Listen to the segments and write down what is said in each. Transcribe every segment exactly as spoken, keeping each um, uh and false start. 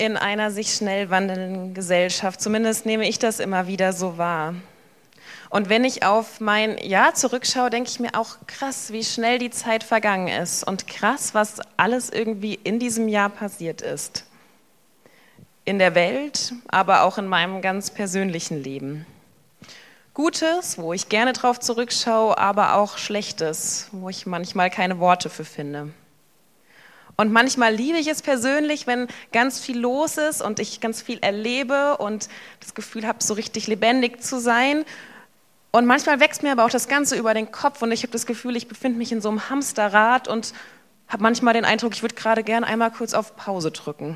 in einer sich schnell wandelnden Gesellschaft. Zumindest nehme ich das immer wieder so wahr. Und wenn ich auf mein Jahr zurückschaue, denke ich mir auch krass, wie schnell die Zeit vergangen ist und krass, was alles irgendwie in diesem Jahr passiert ist. In der Welt, aber auch in meinem ganz persönlichen Leben. Gutes, wo ich gerne drauf zurückschaue, aber auch Schlechtes, wo ich manchmal keine Worte für finde. Und manchmal liebe ich es persönlich, wenn ganz viel los ist und ich ganz viel erlebe und das Gefühl habe, so richtig lebendig zu sein. Und manchmal wächst mir aber auch das Ganze über den Kopf und ich habe das Gefühl, ich befinde mich in so einem Hamsterrad und habe manchmal den Eindruck, ich würde gerade gern einmal kurz auf Pause drücken.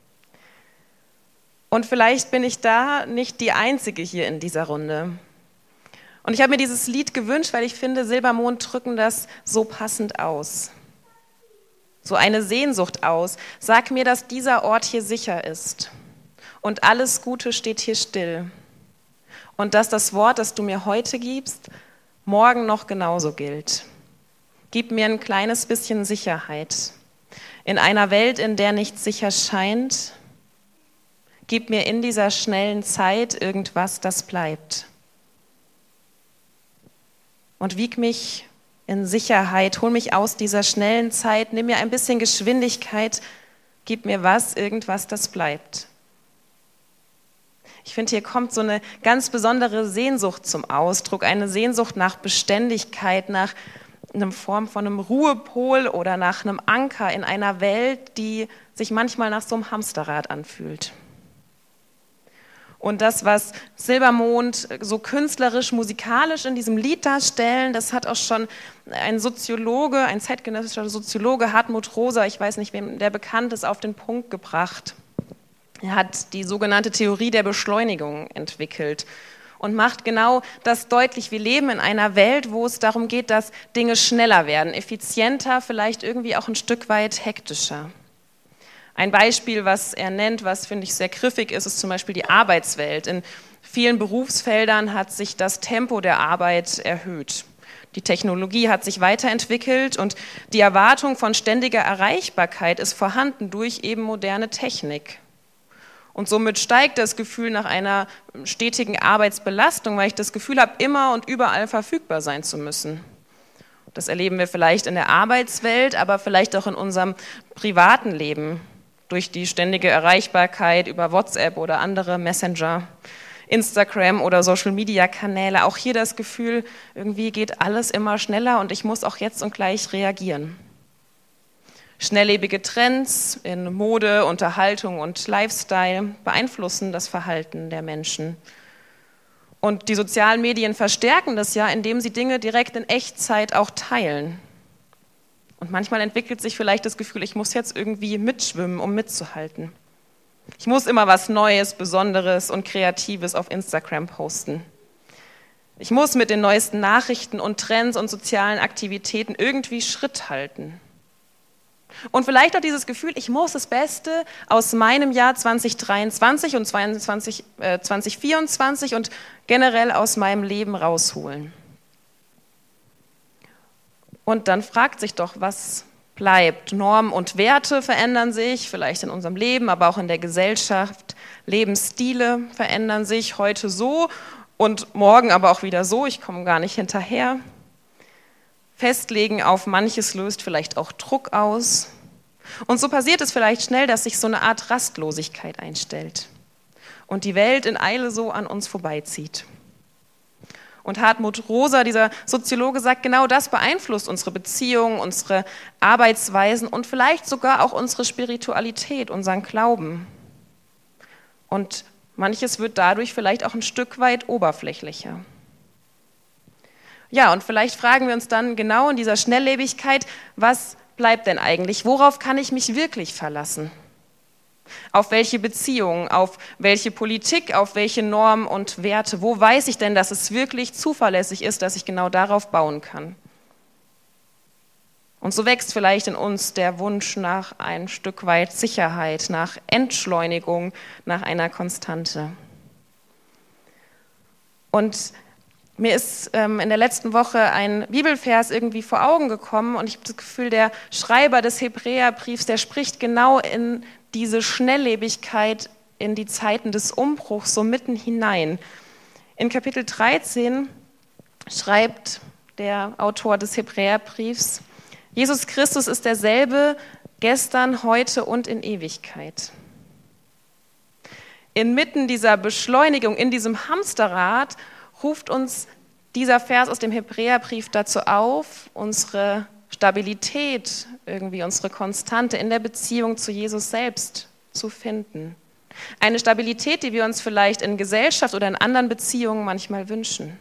Und vielleicht bin ich da nicht die Einzige hier in dieser Runde. Und ich habe mir dieses Lied gewünscht, weil ich finde, Silbermond drücken das so passend aus. So eine Sehnsucht aus. Sag mir, dass dieser Ort hier sicher ist. Und alles Gute steht hier still. Und dass das Wort, das du mir heute gibst, morgen noch genauso gilt. Gib mir ein kleines bisschen Sicherheit. In einer Welt, in der nichts sicher scheint, gib mir in dieser schnellen Zeit irgendwas, das bleibt. Und wieg mich in Sicherheit, hol mich aus dieser schnellen Zeit, nimm mir ein bisschen Geschwindigkeit, gib mir was, irgendwas, das bleibt. Ich finde, hier kommt so eine ganz besondere Sehnsucht zum Ausdruck, eine Sehnsucht nach Beständigkeit, nach einer Form von einem Ruhepol oder nach einem Anker in einer Welt, die sich manchmal nach so einem Hamsterrad anfühlt. Und das, was Silbermond so künstlerisch, musikalisch in diesem Lied darstellen, das hat auch schon ein Soziologe, ein zeitgenössischer Soziologe, Hartmut Rosa, ich weiß nicht, wem der bekannt ist, auf den Punkt gebracht. Er hat die sogenannte Theorie der Beschleunigung entwickelt und macht genau das deutlich. Wir leben in einer Welt, wo es darum geht, dass Dinge schneller werden, effizienter, vielleicht irgendwie auch ein Stück weit hektischer. Ein Beispiel, was er nennt, was finde ich sehr griffig ist, ist zum Beispiel die Arbeitswelt. In vielen Berufsfeldern hat sich das Tempo der Arbeit erhöht. Die Technologie hat sich weiterentwickelt und die Erwartung von ständiger Erreichbarkeit ist vorhanden durch eben moderne Technik. Und somit steigt das Gefühl nach einer stetigen Arbeitsbelastung, weil ich das Gefühl habe, immer und überall verfügbar sein zu müssen. Das erleben wir vielleicht in der Arbeitswelt, aber vielleicht auch in unserem privaten Leben. Durch die ständige Erreichbarkeit über WhatsApp oder andere Messenger, Instagram oder Social-Media-Kanäle. Auch hier das Gefühl, irgendwie geht alles immer schneller und ich muss auch jetzt und gleich reagieren. Schnelllebige Trends in Mode, Unterhaltung und Lifestyle beeinflussen das Verhalten der Menschen. Und die sozialen Medien verstärken das ja, indem sie Dinge direkt in Echtzeit auch teilen. Und manchmal entwickelt sich vielleicht das Gefühl, ich muss jetzt irgendwie mitschwimmen, um mitzuhalten. Ich muss immer was Neues, Besonderes und Kreatives auf Instagram posten. Ich muss mit den neuesten Nachrichten und Trends und sozialen Aktivitäten irgendwie Schritt halten. Und vielleicht auch dieses Gefühl, ich muss das Beste aus meinem Jahr zwanzig dreiundzwanzig und zwanzig vierundzwanzig und generell aus meinem Leben rausholen. Und dann fragt sich doch, was bleibt? Normen und Werte verändern sich, vielleicht in unserem Leben, aber auch in der Gesellschaft. Lebensstile verändern sich heute so und morgen aber auch wieder so. Ich komme gar nicht hinterher. Festlegen auf manches löst vielleicht auch Druck aus. Und so passiert es vielleicht schnell, dass sich so eine Art Rastlosigkeit einstellt und die Welt in Eile so an uns vorbeizieht. Und Hartmut Rosa, dieser Soziologe, sagt, genau das beeinflusst unsere Beziehungen, unsere Arbeitsweisen und vielleicht sogar auch unsere Spiritualität, unseren Glauben. Und manches wird dadurch vielleicht auch ein Stück weit oberflächlicher. Ja, und vielleicht fragen wir uns dann genau in dieser Schnelllebigkeit, was bleibt denn eigentlich? Worauf kann ich mich wirklich verlassen? Auf welche Beziehungen, auf welche Politik, auf welche Normen und Werte? Wo weiß ich denn, dass es wirklich zuverlässig ist, dass ich genau darauf bauen kann? Und so wächst vielleicht in uns der Wunsch nach ein Stück weit Sicherheit, nach Entschleunigung, nach einer Konstante. Und mir ist ähm, in der letzten Woche ein Bibelvers irgendwie vor Augen gekommen und ich habe das Gefühl, der Schreiber des Hebräerbriefs, der spricht genau in diese Schnelllebigkeit in die Zeiten des Umbruchs so mitten hinein. In Kapitel dreizehn schreibt der Autor des Hebräerbriefs: Jesus Christus ist derselbe gestern, heute und in Ewigkeit. Inmitten dieser Beschleunigung, in diesem Hamsterrad, ruft uns dieser Vers aus dem Hebräerbrief dazu auf, unsere Stabilität, irgendwie unsere Konstante in der Beziehung zu Jesus selbst zu finden. Eine Stabilität, die wir uns vielleicht in Gesellschaft oder in anderen Beziehungen manchmal wünschen.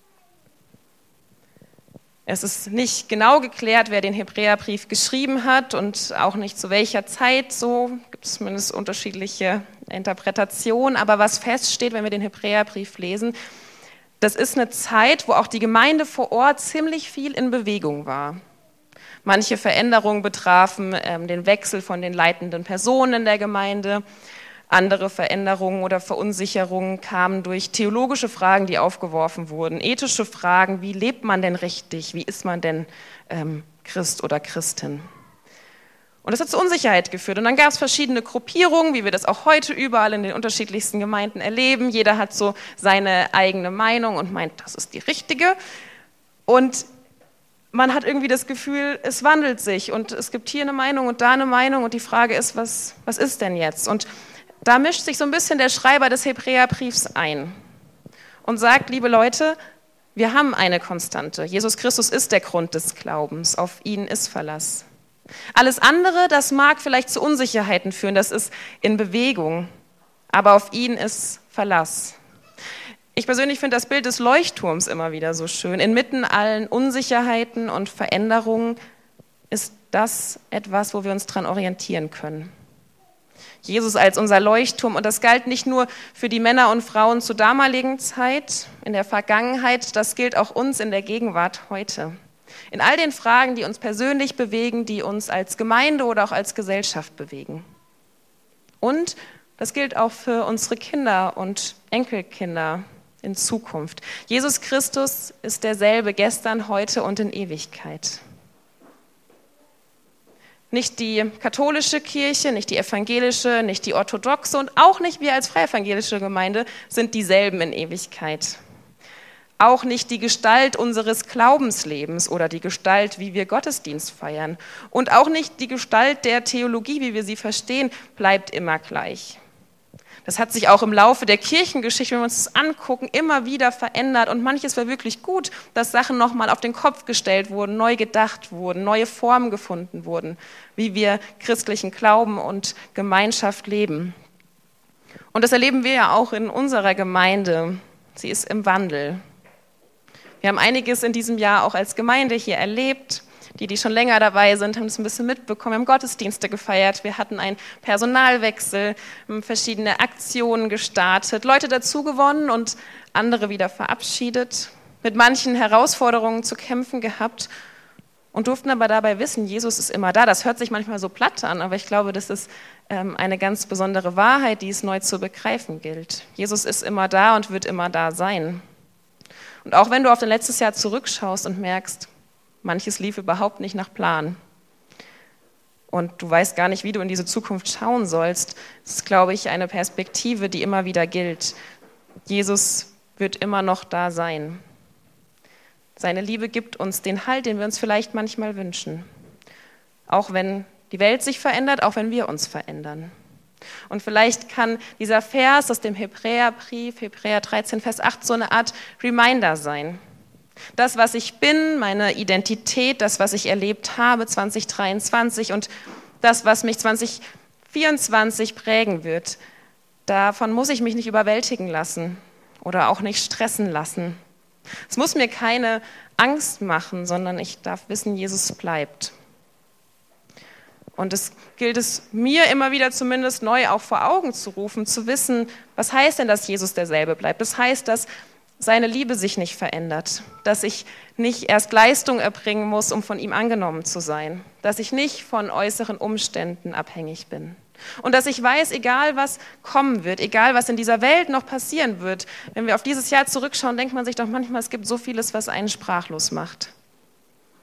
Es ist nicht genau geklärt, wer den Hebräerbrief geschrieben hat und auch nicht zu welcher Zeit, so gibt es zumindest unterschiedliche Interpretationen. Aber was feststeht, wenn wir den Hebräerbrief lesen, das ist eine Zeit, wo auch die Gemeinde vor Ort ziemlich viel in Bewegung war. Manche Veränderungen betrafen ähm, den Wechsel von den leitenden Personen in der Gemeinde. Andere Veränderungen oder Verunsicherungen kamen durch theologische Fragen, die aufgeworfen wurden, ethische Fragen, wie lebt man denn richtig, wie ist man denn ähm, Christ oder Christin. Und das hat zu Unsicherheit geführt. Und dann gab es verschiedene Gruppierungen, wie wir das auch heute überall in den unterschiedlichsten Gemeinden erleben. Jeder hat so seine eigene Meinung und meint, das ist die richtige. Und man hat irgendwie das Gefühl, es wandelt sich und es gibt hier eine Meinung und da eine Meinung und die Frage ist, was, was ist denn jetzt? Und da mischt sich so ein bisschen der Schreiber des Hebräerbriefs ein und sagt, liebe Leute, wir haben eine Konstante. Jesus Christus ist der Grund des Glaubens, auf ihn ist Verlass. Alles andere, das mag vielleicht zu Unsicherheiten führen, das ist in Bewegung, aber auf ihn ist Verlass. Ich persönlich finde das Bild des Leuchtturms immer wieder so schön. Inmitten allen Unsicherheiten und Veränderungen ist das etwas, wo wir uns dran orientieren können. Jesus als unser Leuchtturm, und das galt nicht nur für die Männer und Frauen zur damaligen Zeit, in der Vergangenheit, das gilt auch uns in der Gegenwart heute. In all den Fragen, die uns persönlich bewegen, die uns als Gemeinde oder auch als Gesellschaft bewegen. Und das gilt auch für unsere Kinder und Enkelkinder in Zukunft. Jesus Christus ist derselbe gestern, heute und in Ewigkeit. Nicht die katholische Kirche, nicht die evangelische, nicht die orthodoxe und auch nicht wir als freievangelische Gemeinde sind dieselben in Ewigkeit. Auch nicht die Gestalt unseres Glaubenslebens oder die Gestalt, wie wir Gottesdienst feiern. Und auch nicht die Gestalt der Theologie, wie wir sie verstehen, bleibt immer gleich. Das hat sich auch im Laufe der Kirchengeschichte, wenn wir uns das angucken, immer wieder verändert. Und manches war wirklich gut, dass Sachen nochmal auf den Kopf gestellt wurden, neu gedacht wurden, neue Formen gefunden wurden, wie wir christlichen Glauben und Gemeinschaft leben. Und das erleben wir ja auch in unserer Gemeinde. Sie ist im Wandel. Wir haben einiges in diesem Jahr auch als Gemeinde hier erlebt. Die, die schon länger dabei sind, haben es ein bisschen mitbekommen. Wir haben Gottesdienste gefeiert, wir hatten einen Personalwechsel, verschiedene Aktionen gestartet, Leute dazugewonnen und andere wieder verabschiedet, mit manchen Herausforderungen zu kämpfen gehabt und durften aber dabei wissen, Jesus ist immer da. Das hört sich manchmal so platt an, aber ich glaube, das ist ähm, eine ganz besondere Wahrheit, die es neu zu begreifen gilt. Jesus ist immer da und wird immer da sein. Und auch wenn du auf dein letztes Jahr zurückschaust und merkst, manches lief überhaupt nicht nach Plan und du weißt gar nicht, wie du in diese Zukunft schauen sollst, das ist, glaube ich, eine Perspektive, die immer wieder gilt. Jesus wird immer noch da sein. Seine Liebe gibt uns den Halt, den wir uns vielleicht manchmal wünschen. Auch wenn die Welt sich verändert, auch wenn wir uns verändern. Und vielleicht kann dieser Vers aus dem Hebräerbrief, Hebräer dreizehn, Vers acht, so eine Art Reminder sein. Das, was ich bin, meine Identität, das, was ich erlebt habe zwanzig dreiundzwanzig und das, was mich zwanzig vierundzwanzig prägen wird, davon muss ich mich nicht überwältigen lassen oder auch nicht stressen lassen. Es muss mir keine Angst machen, sondern ich darf wissen, Jesus bleibt. Und es gilt es mir immer wieder zumindest neu auch vor Augen zu rufen, zu wissen, was heißt denn, dass Jesus derselbe bleibt? Das heißt, dass seine Liebe sich nicht verändert, dass ich nicht erst Leistung erbringen muss, um von ihm angenommen zu sein, dass ich nicht von äußeren Umständen abhängig bin und dass ich weiß, egal was kommen wird, egal was in dieser Welt noch passieren wird, wenn wir auf dieses Jahr zurückschauen, denkt man sich doch manchmal, es gibt so vieles, was einen sprachlos macht.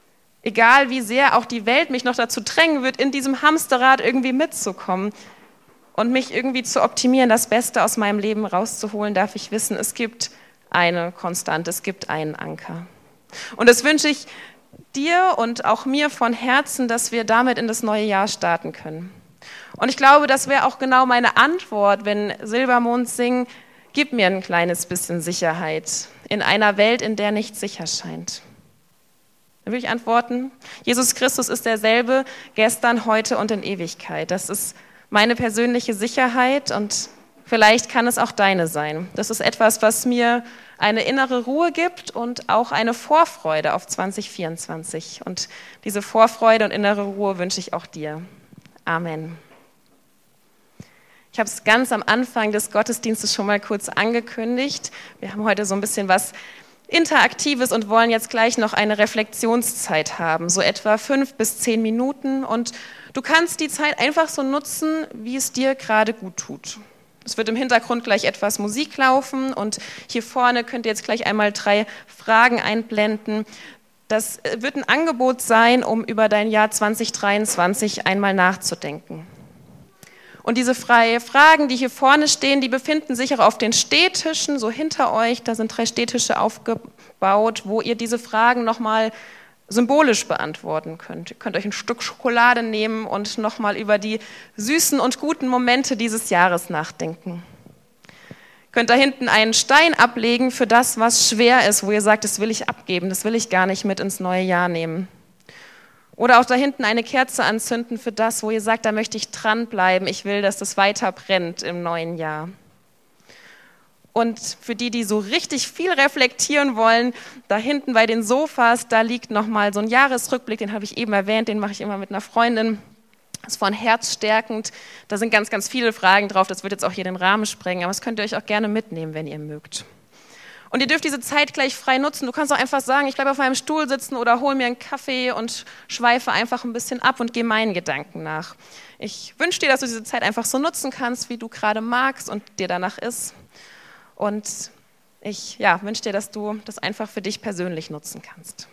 Egal wie sehr auch die Welt mich noch dazu drängen wird, in diesem Hamsterrad irgendwie mitzukommen, und mich irgendwie zu optimieren, das Beste aus meinem Leben rauszuholen, darf ich wissen, es gibt eine Konstante, es gibt einen Anker. Und das wünsche ich dir und auch mir von Herzen, dass wir damit in das neue Jahr starten können. Und ich glaube, das wäre auch genau meine Antwort, wenn Silbermond singen, gib mir ein kleines bisschen Sicherheit in einer Welt, in der nichts sicher scheint. Dann würde ich antworten, Jesus Christus ist derselbe gestern, heute und in Ewigkeit. Das ist meine persönliche Sicherheit und vielleicht kann es auch deine sein. Das ist etwas, was mir eine innere Ruhe gibt und auch eine Vorfreude auf zwanzig vierundzwanzig. Und diese Vorfreude und innere Ruhe wünsche ich auch dir. Amen. Ich habe es ganz am Anfang des Gottesdienstes schon mal kurz angekündigt. Wir haben heute so ein bisschen was Interaktives und wollen jetzt gleich noch eine Reflexionszeit haben, so etwa fünf bis zehn Minuten. Und du kannst die Zeit einfach so nutzen, wie es dir gerade gut tut. Es wird im Hintergrund gleich etwas Musik laufen und hier vorne könnt ihr jetzt gleich einmal drei Fragen einblenden. Das wird ein Angebot sein, um über dein Jahr zwanzig dreiundzwanzig einmal nachzudenken. Und diese freie Fragen, die hier vorne stehen, die befinden sich auch auf den Stehtischen, so hinter euch. Da sind drei Stehtische aufgebaut, wo ihr diese Fragen nochmal symbolisch beantworten könnt. Ihr könnt euch ein Stück Schokolade nehmen und nochmal über die süßen und guten Momente dieses Jahres nachdenken. Ihr könnt da hinten einen Stein ablegen für das, was schwer ist, wo ihr sagt, das will ich abgeben, das will ich gar nicht mit ins neue Jahr nehmen. Oder auch da hinten eine Kerze anzünden für das, wo ihr sagt, da möchte ich dranbleiben, ich will, dass das weiter brennt im neuen Jahr. Und für die, die so richtig viel reflektieren wollen, da hinten bei den Sofas, da liegt nochmal so ein Jahresrückblick, den habe ich eben erwähnt, den mache ich immer mit einer Freundin. Das ist von Herzstärkend, da sind ganz, ganz viele Fragen drauf, das wird jetzt auch hier den Rahmen sprengen, aber das könnt ihr euch auch gerne mitnehmen, wenn ihr mögt. Und ihr dürft diese Zeit gleich frei nutzen. Du kannst auch einfach sagen, ich bleibe auf meinem Stuhl sitzen oder hol mir einen Kaffee und schweife einfach ein bisschen ab und gehe meinen Gedanken nach. Ich wünsche dir, dass du diese Zeit einfach so nutzen kannst, wie du gerade magst und dir danach ist. Und ich ja, wünsche dir, dass du das einfach für dich persönlich nutzen kannst.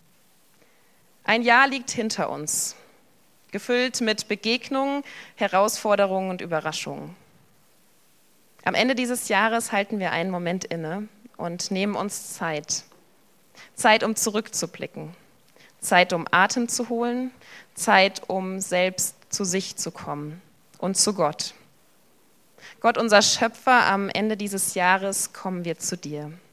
Ein Jahr liegt hinter uns, gefüllt mit Begegnungen, Herausforderungen und Überraschungen. Am Ende dieses Jahres halten wir einen Moment inne und nehmen uns Zeit. Zeit, um zurückzublicken. Zeit, um Atem zu holen. Zeit, um selbst zu sich zu kommen und zu Gott. Gott, unser Schöpfer, am Ende dieses Jahres kommen wir zu dir.